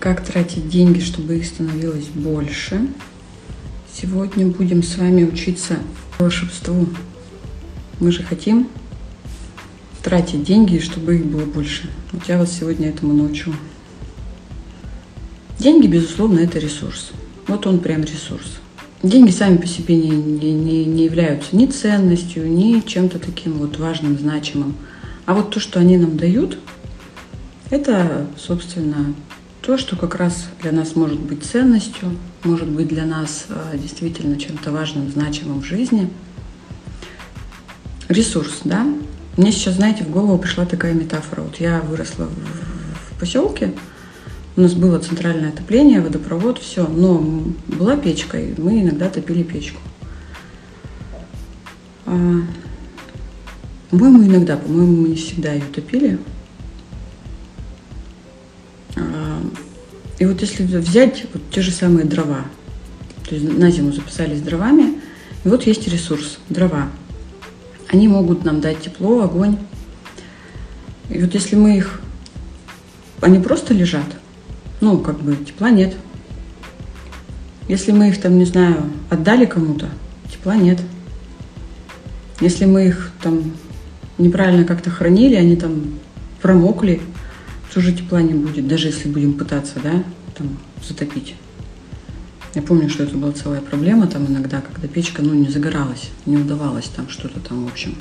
Как тратить деньги, чтобы их становилось больше. Сегодня будем с вами учиться волшебству. Мы же хотим тратить деньги, чтобы их было больше. Вот я вас сегодня этому научу. Деньги, безусловно, это ресурс. Вот он прям ресурс. Деньги сами по себе не являются ни ценностью, ни чем-то таким вот важным, значимым. А вот то, что они нам дают, это, собственно, то, что как раз для нас может быть ценностью, может быть для нас действительно чем-то важным, значимым в жизни. Ресурс, да? Мне сейчас, знаете, в голову пришла такая метафора. Вот я выросла в поселке, у нас было центральное отопление, водопровод, все, но была печка, и мы иногда топили печку. По-моему, иногда, по-моему, мы не всегда ее топили. И вот если взять вот те же самые дрова, то есть на зиму запасались дровами, и вот есть ресурс – дрова. Они могут нам дать тепло, огонь. И вот если мы их… Они просто лежат, ну, как бы тепла нет. Если мы их там, не знаю, отдали кому-то, тепла нет. Если мы их там неправильно как-то хранили, они там промокли, тоже тепла не будет, даже если будем пытаться, да, там, затопить. Я помню, что это была целая проблема там иногда, когда печка, ну, не загоралась, не удавалось там что-то там, в общем.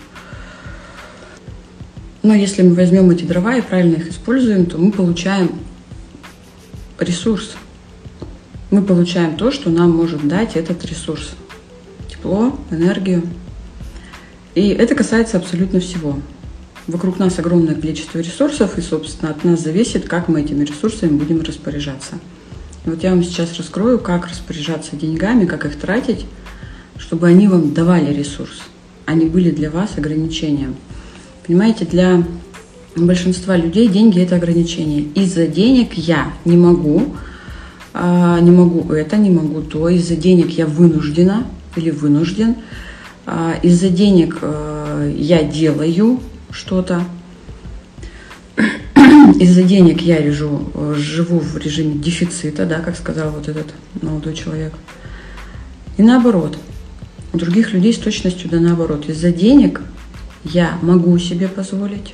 Но если мы возьмем эти дрова и правильно их используем, то мы получаем ресурс. Мы получаем то, что нам может дать этот ресурс. Тепло, энергию. И это касается абсолютно всего. Вокруг нас огромное количество ресурсов, и, собственно, от нас зависит, как мы этими ресурсами будем распоряжаться. И вот я вам сейчас раскрою, как распоряжаться деньгами, как их тратить, чтобы они вам давали ресурс, а не были для вас ограничением. Понимаете, для большинства людей деньги – это ограничение. Из-за денег я не могу это, не могу то, из-за денег я вынуждена или вынужден, из-за денег я делаю что-то. Из-за денег я живу в режиме дефицита, да, как сказал вот этот молодой человек. И наоборот, у других людей с точностью да наоборот. Из-за денег я могу себе позволить,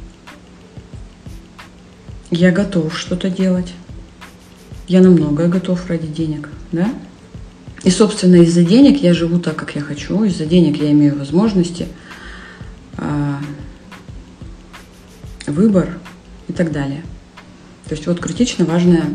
я готов что-то делать, я на многое готов ради денег, да? И, собственно, из-за денег я живу так, как я хочу, из-за денег я имею возможности, выбор и так далее. То есть вот критично важная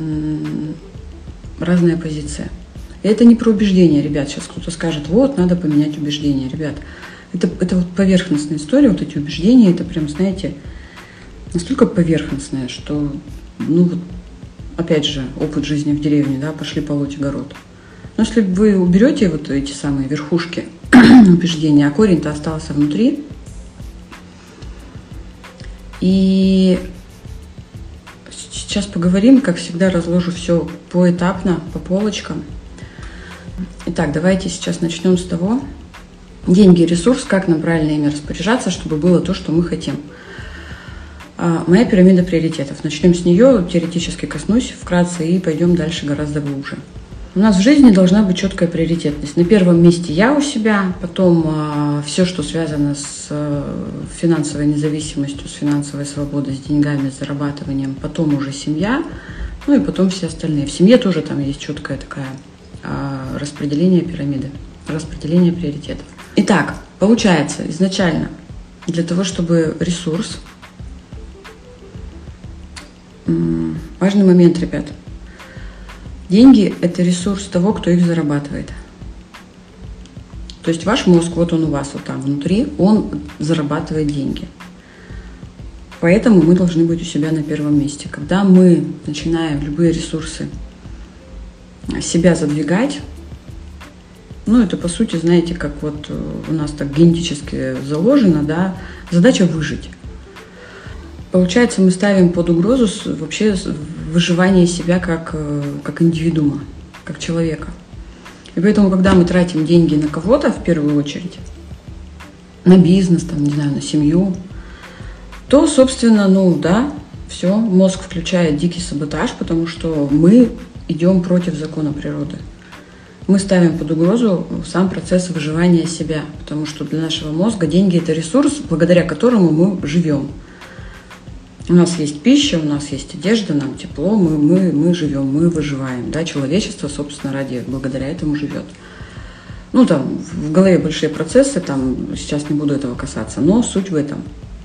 разная позиция. И это не про убеждения, ребят. Сейчас кто-то скажет, вот, надо поменять убеждения. Ребят, это вот поверхностная история, вот эти убеждения, это прям, знаете, настолько поверхностное, что, ну, вот, опять же, опыт жизни в деревне, да, пошли полоть огород. Но если вы уберете вот эти самые верхушки убеждения, а корень-то остался внутри, и сейчас поговорим, как всегда, разложу все поэтапно, по полочкам. Итак, давайте сейчас начнем с того, деньги – ресурс, как нам правильно ими распоряжаться, чтобы было то, что мы хотим. Моя пирамида приоритетов. Начнем с нее, теоретически коснусь вкратце и пойдем дальше гораздо глубже. У нас в жизни должна быть четкая приоритетность. На первом месте я у себя, потом все, что связано с финансовой независимостью, с финансовой свободой, с деньгами, с зарабатыванием, потом уже семья, ну и потом все остальные. В семье тоже там есть четкое такое распределение пирамиды, распределение приоритетов. Итак, получается, изначально для того, чтобы ресурс, важный момент, ребят. Деньги – это ресурс того, кто их зарабатывает. То есть ваш мозг, вот он у вас вот там внутри, он зарабатывает деньги. Поэтому мы должны быть у себя на первом месте. Когда мы начинаем любые ресурсы себя задвигать, ну это по сути, знаете, как вот у нас так генетически заложено, да, задача выжить. Получается, мы ставим под угрозу вообще выживание себя как индивидуума, как человека. И поэтому, когда мы тратим деньги на кого-то, в первую очередь, на бизнес, там, не знаю, на семью, то, собственно, ну да, все, мозг включает дикий саботаж, потому что мы идем против закона природы. Мы ставим под угрозу сам процесс выживания себя, потому что для нашего мозга деньги – это ресурс, благодаря которому мы живем. У нас есть пища, у нас есть одежда, нам тепло, мы живем, мы выживаем. Да? Человечество, собственно, благодаря этому живет. Ну, там в голове большие процессы, там сейчас не буду этого касаться, но суть в этом.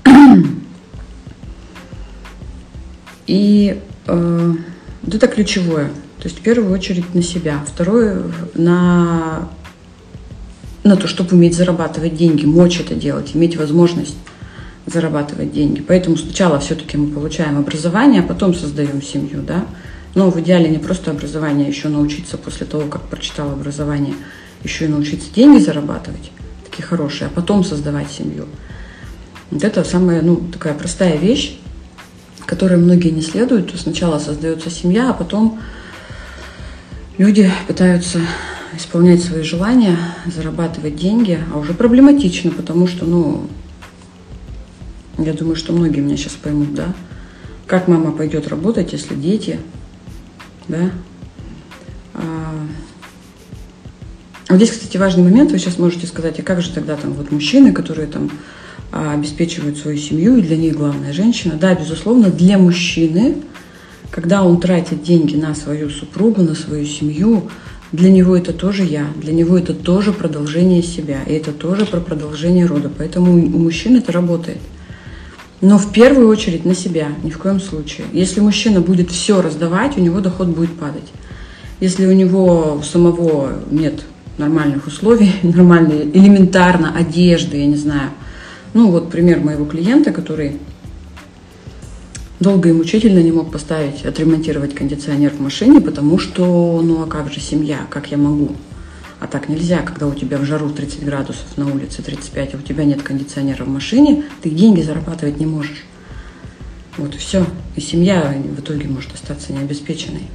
И вот это ключевое. То есть в первую очередь на себя, второе на то, чтобы уметь зарабатывать деньги, мочь это делать, иметь возможность зарабатывать деньги. Поэтому сначала все-таки мы получаем образование, а потом создаем семью, да. Но в идеале не просто образование, а еще научиться после того, как прочитал образование, еще и научиться деньги зарабатывать, такие хорошие, а потом создавать семью. Вот это самая, такая простая вещь, которой многие не следуют. То сначала создается семья, а потом люди пытаются исполнять свои желания, зарабатывать деньги, а уже проблематично, потому что, я думаю, что многие меня сейчас поймут, да, как мама пойдет работать, если дети, да. Вот здесь, кстати, важный момент, вы сейчас можете сказать, а как же тогда там вот мужчины, которые там обеспечивают свою семью, и для них главная женщина. Да, безусловно, для мужчины, когда он тратит деньги на свою супругу, на свою семью, для него это тоже я, для него это тоже продолжение себя, и это тоже про продолжение рода. Поэтому у мужчин это работает. Но в первую очередь на себя, ни в коем случае. Если мужчина будет все раздавать, у него доход будет падать. Если у него самого нет нормальных условий, нормальной, элементарно одежды, я не знаю. Вот пример моего клиента, который долго и мучительно не мог отремонтировать кондиционер в машине, потому что, а как же семья, как я могу? А так нельзя, когда у тебя в жару 30 градусов, на улице 35, а у тебя нет кондиционера в машине, ты деньги зарабатывать не можешь. Вот и все. И семья в итоге может остаться необеспеченной.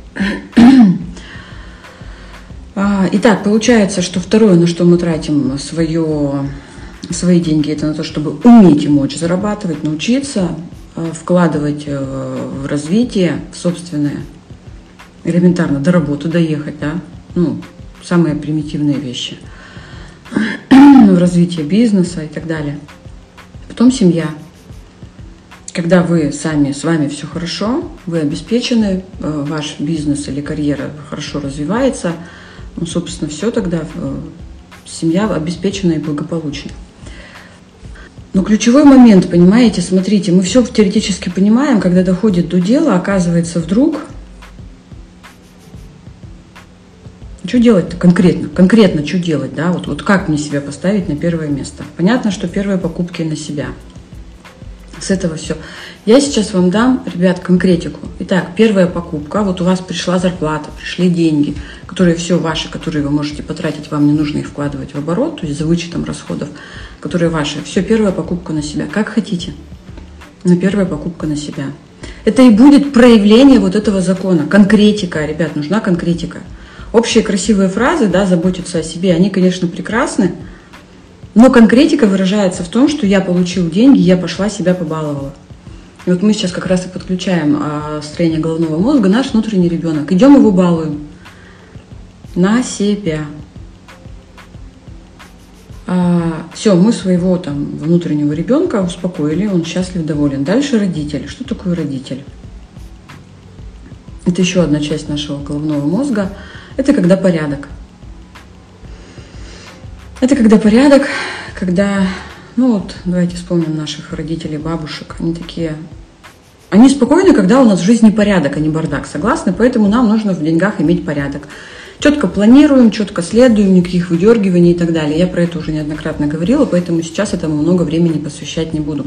Итак, получается, что второе, на что мы тратим свои деньги, это на то, чтобы уметь и мочь зарабатывать, научиться вкладывать в развитие, в собственное, элементарно до работы доехать, да, самые примитивные вещи, в развитие бизнеса и так далее. Потом семья. Когда с вами все хорошо, вы обеспечены, ваш бизнес или карьера хорошо развивается, собственно, все тогда, семья обеспечена и благополучна. Но ключевой момент, понимаете, смотрите, мы все теоретически понимаем, когда доходит до дела, оказывается, вдруг, что делать-то конкретно? Конкретно что делать, да? Вот как мне себя поставить на первое место? Понятно, что первые покупки на себя. С этого все. Я сейчас вам дам, ребят, конкретику. Итак, первая покупка. Вот у вас пришла зарплата, пришли деньги, которые все ваши, которые вы можете потратить, вам не нужно их вкладывать в оборот, то есть за вычетом расходов, которые ваши. Все, первая покупка на себя. Как хотите. Но первая покупка на себя. Это и будет проявление вот этого закона. Конкретика, ребят, нужна конкретика. Общие красивые фразы, да, заботиться о себе, они, конечно, прекрасны, но конкретика выражается в том, что я получил деньги, я пошла себя побаловала. И вот мы сейчас как раз и подключаем строение головного мозга, наш внутренний ребенок. Идем его балуем на себя. Все, мы своего там внутреннего ребенка успокоили, он счастлив, доволен. Дальше родитель. Что такое родитель? Это еще одна часть нашего головного мозга. Это когда порядок. Это когда порядок, когда, давайте вспомним наших родителей, бабушек, они спокойны, когда у нас в жизни порядок, а не бардак, согласны? Поэтому нам нужно в деньгах иметь порядок. Четко планируем, четко следуем, никаких выдергиваний и так далее. Я про это уже неоднократно говорила, поэтому сейчас этому много времени посвящать не буду.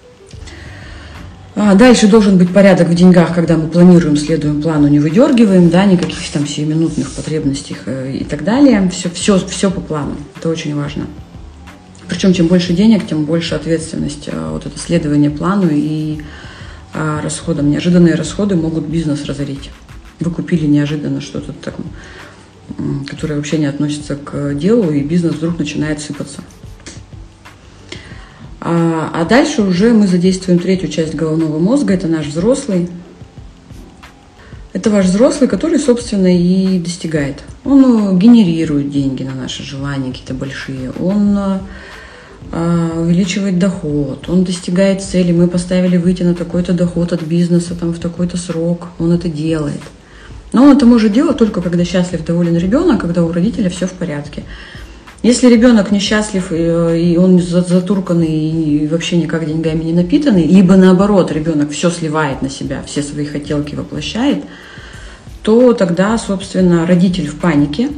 Дальше должен быть порядок в деньгах, когда мы планируем, следуем плану, не выдергиваем, да, никаких там сиюминутных потребностей и так далее. Все по плану. Это очень важно. Причем, чем больше денег, тем больше ответственность. Вот это следование плану и расходам. Неожиданные расходы могут бизнес разорить. Вы купили неожиданно что-то такое, которое вообще не относится к делу, и бизнес вдруг начинает сыпаться. А дальше уже мы задействуем третью часть головного мозга, это наш взрослый. Это ваш взрослый, который, собственно, и достигает. Он генерирует деньги на наши желания какие-то большие, он увеличивает доход, он достигает цели. Мы поставили выйти на такой-то доход от бизнеса там, в такой-то срок, он это делает. Но он это может делать только когда счастлив, доволен ребенок, когда у родителя все в порядке. Если ребенок несчастлив, и он затурканный, и вообще никак деньгами не напитанный, либо наоборот, ребенок все сливает на себя, все свои хотелки воплощает, то тогда, собственно, родитель в панике,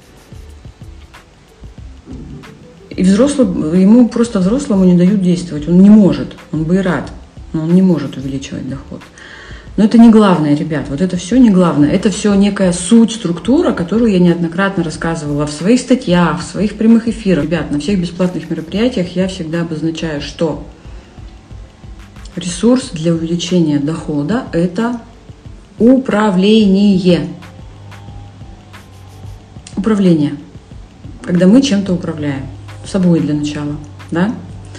и ему просто взрослому не дают действовать. Он не может, он бы и рад, но он не может увеличивать доход. Но это не главное, ребят, вот это все не главное. Это все некая суть, структура, которую я неоднократно рассказывала в своих статьях, в своих прямых эфирах. Ребят, на всех бесплатных мероприятиях я всегда обозначаю, что ресурс для увеличения дохода – это управление. Управление. Когда мы чем-то управляем. Собой для начала, да?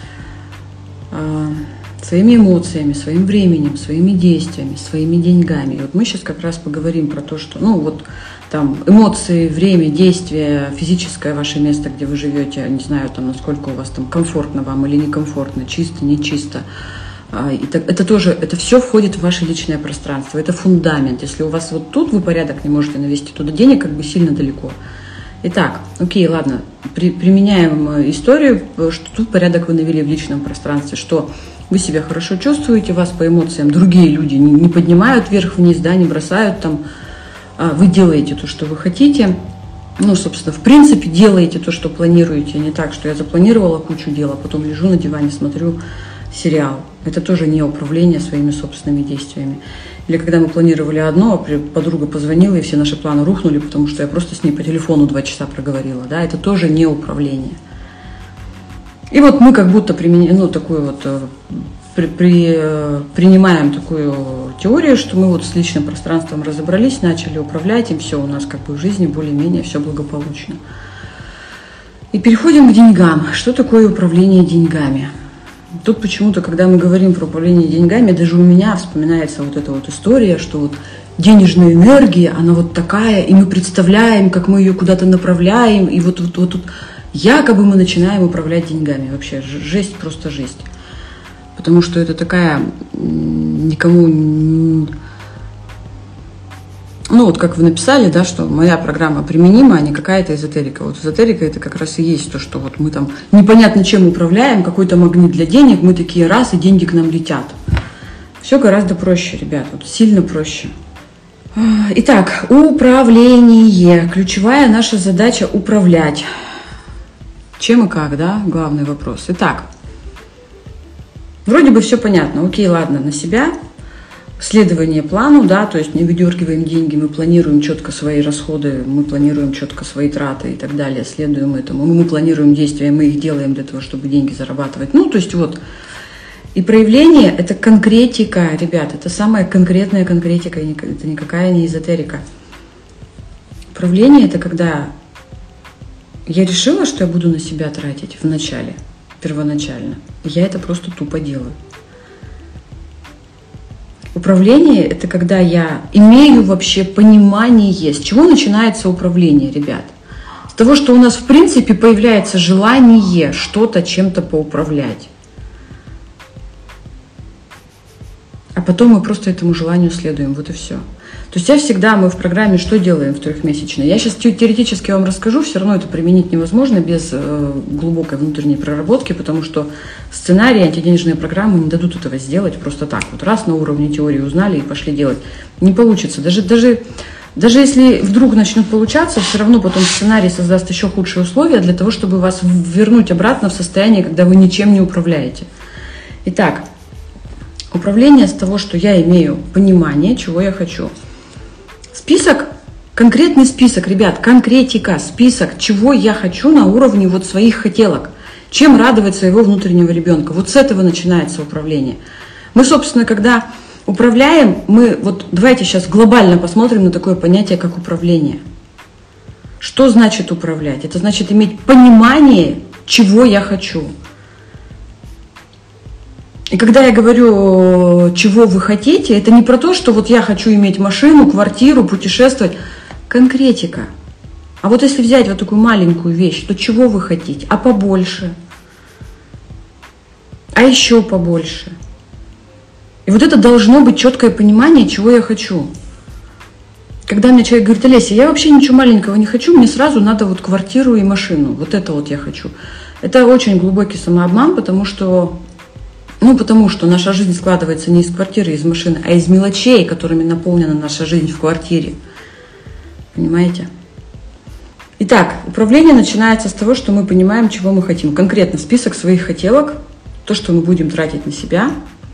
Своими эмоциями, своим временем, своими действиями, своими деньгами. И вот мы сейчас как раз поговорим про то, что, там эмоции, время, действие, физическое ваше место, где вы живете, не знаю, там, насколько у вас там комфортно вам или некомфортно, чисто, не чисто. Это все входит в ваше личное пространство, это фундамент. Если у вас вот тут вы порядок не можете навести, туда денег как бы сильно далеко. Итак, окей, ладно, применяем историю, что тут порядок вы навели в личном пространстве, что вы себя хорошо чувствуете, вас по эмоциям другие люди не поднимают вверх-вниз, да, не бросают там, вы делаете то, что вы хотите, собственно, в принципе, делаете то, что планируете, не так, что я запланировала кучу дел, а потом лежу на диване, смотрю сериал. Это тоже не управление своими собственными действиями. Или когда мы планировали одно, а подруга позвонила, и все наши планы рухнули, потому что я просто с ней по телефону 2 часа проговорила. Да? Это тоже не управление. И вот мы как будто принимаем такую теорию, что мы вот с личным пространством разобрались, начали управлять им, все у нас как бы в жизни более-менее все благополучно. И переходим к деньгам. Что такое управление деньгами? Тут почему-то, когда мы говорим про управление деньгами, даже у меня вспоминается вот эта вот история, что вот денежная энергия, она вот такая, и мы представляем, как мы ее куда-то направляем, и вот тут якобы мы начинаем управлять деньгами. Вообще жесть, просто жесть. Потому что это такая никому... вот как вы написали, да, что моя программа применима, а не какая-то эзотерика. Вот эзотерика это как раз и есть то, что вот мы там непонятно чем управляем, какой-то магнит для денег, мы такие раз, и деньги к нам летят. Все гораздо проще, ребят, вот сильно проще. Итак, управление. Ключевая наша задача управлять. Чем и как, да, главный вопрос. Итак, вроде бы все понятно. Окей, ладно, на себя. Следование плану, да, то есть не выдергиваем деньги, мы планируем четко свои расходы, мы планируем четко свои траты и так далее, следуем этому. Мы планируем действия, мы их делаем для того, чтобы деньги зарабатывать. То есть вот. И проявление – это конкретика, ребят, это самая конкретная конкретика, это никакая не эзотерика. Управление – это когда я решила, что я буду на себя тратить в начале, первоначально. Я это просто тупо делаю. Управление – это когда я имею вообще понимание, с чего начинается управление, ребят. С того, что у нас в принципе появляется желание что-то чем-то поуправлять. А потом мы просто этому желанию следуем, вот и все. То есть мы в программе что делаем в трехмесячной? Я сейчас теоретически вам расскажу, все равно это применить невозможно без глубокой внутренней проработки, потому что сценарии, антиденежные программы не дадут этого сделать просто так. Вот раз на уровне теории узнали и пошли делать. Не получится. Даже если вдруг начнут получаться, все равно потом сценарий создаст еще худшие условия для того, чтобы вас вернуть обратно в состояние, когда вы ничем не управляете. Итак, управление с того, что я имею понимание, чего я хочу. Список, конкретный список, ребят, конкретика, список, чего я хочу на уровне вот своих хотелок. Чем радовать своего внутреннего ребенка. Вот с этого начинается управление. Мы, собственно, когда управляем, давайте сейчас глобально посмотрим на такое понятие, как управление. Что значит управлять? Это значит иметь понимание, чего я хочу. И когда я говорю, чего вы хотите, это не про то, что вот я хочу иметь машину, квартиру, путешествовать. Конкретика. А вот если взять вот такую маленькую вещь, то чего вы хотите? А побольше? А еще побольше? И вот это должно быть четкое понимание, чего я хочу. Когда мне человек говорит: Олеся, я вообще ничего маленького не хочу, мне сразу надо вот квартиру и машину. Вот это вот я хочу. Это очень глубокий самообман, потому что наша жизнь складывается не из квартиры, из машины, а из мелочей, которыми наполнена наша жизнь в квартире. Понимаете? Итак, управление начинается с того, что мы понимаем, чего мы хотим. Конкретно список своих хотелок, то, что мы будем тратить на себя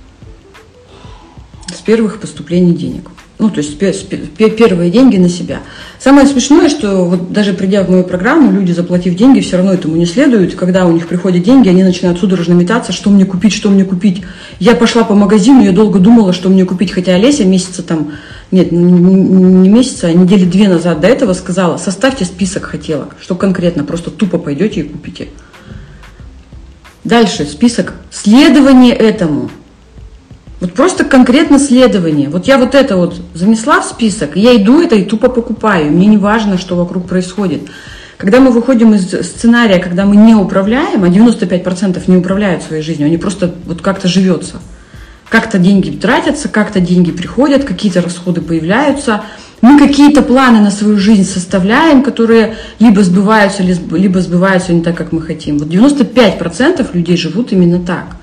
с первых поступлений денег. Ну, то есть первые деньги на себя. Самое смешное, что вот даже придя в мою программу, люди, заплатив деньги, все равно этому не следуют. Когда у них приходят деньги, они начинают судорожно метаться, что мне купить, что мне купить. Я пошла по магазину, я долго думала, что мне купить, хотя Олеся месяца там, нет, не месяца, а недели 2 назад до этого сказала: составьте список хотелок, что конкретно, просто тупо пойдете и купите. Дальше список следования этому. Вот просто конкретно следование. Вот я вот это вот занесла в список, я иду это и тупо покупаю. Мне не важно, что вокруг происходит. Когда мы выходим из сценария, когда мы не управляем, а 95% не управляют своей жизнью, они просто вот как-то живется. Как-то деньги тратятся, как-то деньги приходят, какие-то расходы появляются. Мы какие-то планы на свою жизнь составляем, которые либо сбываются не так, как мы хотим. Вот 95% людей живут именно так.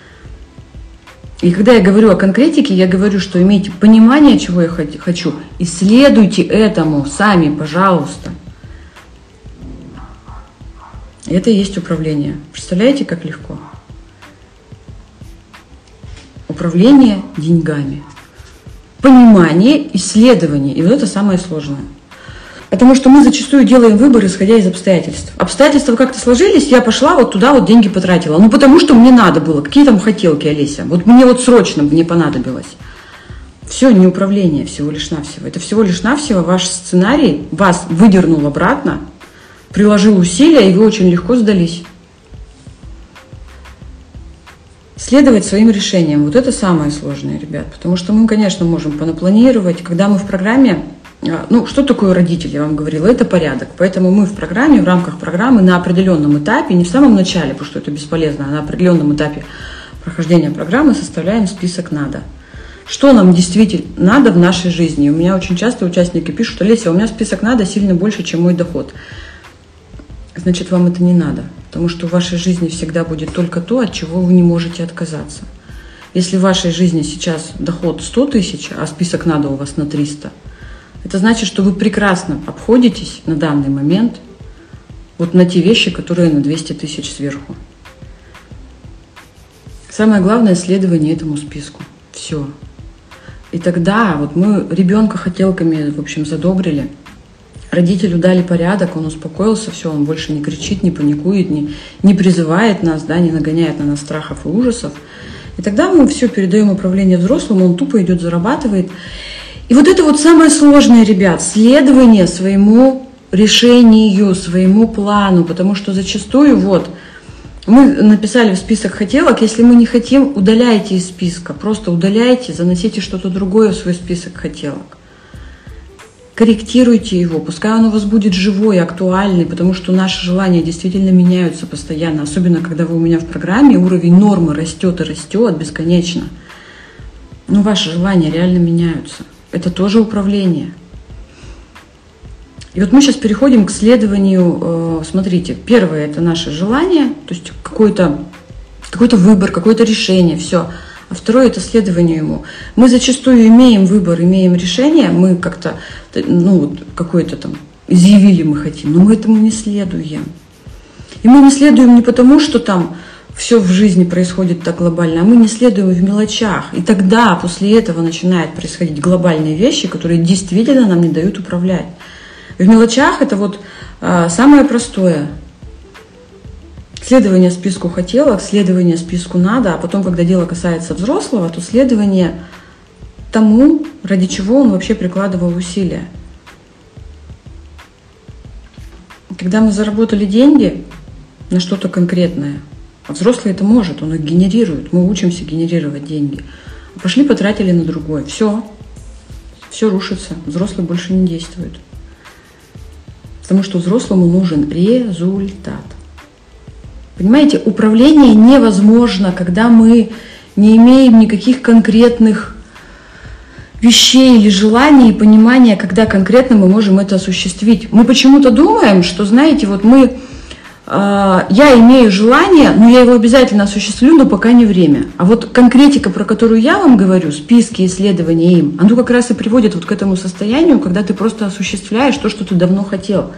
И когда я говорю о конкретике, я говорю, что имейте понимание, чего я хочу, и следуйте этому сами, пожалуйста. Это и есть управление. Представляете, как легко? Управление деньгами. Понимание, исследование. И вот это самое сложное. Потому что мы зачастую делаем выбор, исходя из обстоятельств. Обстоятельства как-то сложились, я пошла вот туда, вот деньги потратила. Ну, потому что мне надо было. Какие там хотелки, Олеся? Вот мне вот срочно мне понадобилось. Все, не управление, всего лишь навсего. Это всего лишь навсего ваш сценарий вас выдернул обратно, приложил усилия, и вы очень легко сдались. Следовать своим решениям. Вот это самое сложное, ребят. Потому что мы, конечно, можем понапланировать. Когда мы в программе... Ну, что такое родитель, я вам говорила, это порядок. Поэтому мы в программе, в рамках программы на определенном этапе, не в самом начале, потому что это бесполезно, а на определенном этапе прохождения программы составляем список «надо». Что нам действительно надо в нашей жизни? У меня очень часто участники пишут: Олеся, у меня список «надо» сильно больше, чем мой доход. Значит, вам это не надо, потому что в вашей жизни всегда будет только то, от чего вы не можете отказаться. Если в вашей жизни сейчас доход 100 тысяч, а список «надо» у вас на 300, это значит, что вы прекрасно обходитесь на данный момент вот на те вещи, которые на 200 тысяч сверху. Самое главное — следование этому списку. Все. И тогда вот мы ребенка хотелками, в общем, задобрили. Родителю дали порядок, он успокоился, все, он больше не кричит, не паникует, не призывает нас, да, не нагоняет на нас страхов и ужасов. И тогда мы все передаем управление взрослому, он тупо идет, зарабатывает. И вот это вот самое сложное, ребят, следование своему решению, своему плану, потому что зачастую вот мы написали в список хотелок, если мы не хотим, удаляйте из списка, просто удаляйте, заносите что-то другое в свой список хотелок. Корректируйте его, пускай он у вас будет живой, актуальный, потому что наши желания действительно меняются постоянно, особенно когда вы у меня в программе, уровень нормы растет и растет бесконечно. Но ваши желания реально меняются. Это тоже управление. И вот мы сейчас переходим к следованию. Смотрите, первое — это наше желание, то есть какой-то выбор, какое-то решение, все. А второе — это следование ему. Мы зачастую имеем выбор, имеем решение, мы как-то, какое-то там изъявили мы хотим, но мы этому не следуем. И мы не следуем не потому, что там все в жизни происходит так глобально, а мы не следуем в мелочах. И тогда после этого начинают происходить глобальные вещи, которые действительно нам не дают управлять. В мелочах это вот самое простое. Следование списку хотелок, следование списку надо, а потом, когда дело касается взрослого, то следование тому, ради чего он вообще прикладывал усилия. Когда мы заработали деньги на что-то конкретное, А взрослый это может, он их генерирует. Мы учимся генерировать деньги. Пошли, потратили на другое. Все рушится. Взрослый больше не действует. Потому что взрослому нужен результат. Понимаете, управление невозможно, когда мы не имеем никаких конкретных вещей или желаний и понимания, когда конкретно мы можем это осуществить. Мы почему-то думаем, что, знаете, вот я имею желание, но я его обязательно осуществлю, но пока не время. А вот конкретика, про которую я вам говорю, списки, исследования им, оно как раз и приводит вот к этому состоянию, когда ты просто осуществляешь то, что ты давно хотел.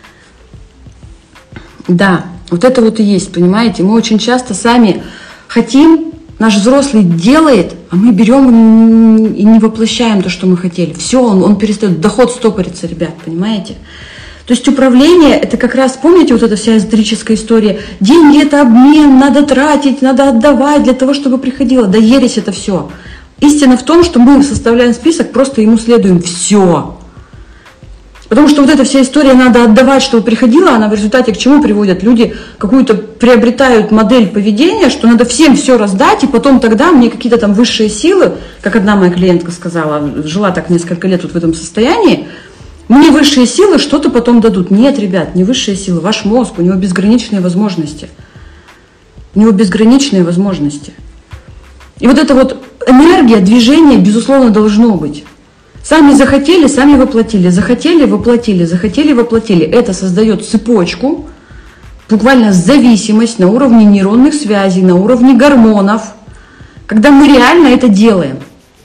Да, вот это вот и есть, понимаете? Мы очень часто сами хотим, наш взрослый делает, а мы берем и не воплощаем то, что мы хотели. Все, он перестает, доход стопорится, ребят, понимаете? То есть управление, это как раз, помните, вот эта вся эзотерическая история, деньги это обмен, надо тратить, надо отдавать для того, чтобы приходило. Да ересь это все. Истина в том, что мы составляем список, просто ему следуем. Все. Потому что вот эта вся история надо отдавать, чтобы приходило, она в результате к чему приводит? Люди какую-то приобретают модель поведения, что надо всем все раздать, и потом тогда мне какие-то там высшие силы, как одна моя клиентка сказала, жила так несколько лет вот в этом состоянии, мне высшие силы что-то потом дадут. Нет, ребят, не высшие силы, ваш мозг, у него безграничные возможности. У него безграничные возможности. И вот эта вот энергия, движение, безусловно, должно быть. Сами захотели, сами воплотили, захотели, воплотили, захотели, воплотили. Это создает цепочку, буквально зависимость на уровне нейронных связей, на уровне гормонов, когда мы реально это делаем.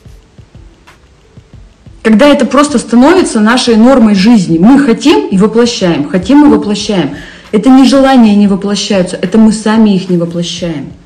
Когда это просто становится нашей нормой жизни. Мы хотим и воплощаем, хотим и воплощаем. Это не желания не воплощаются, это мы сами их не воплощаем.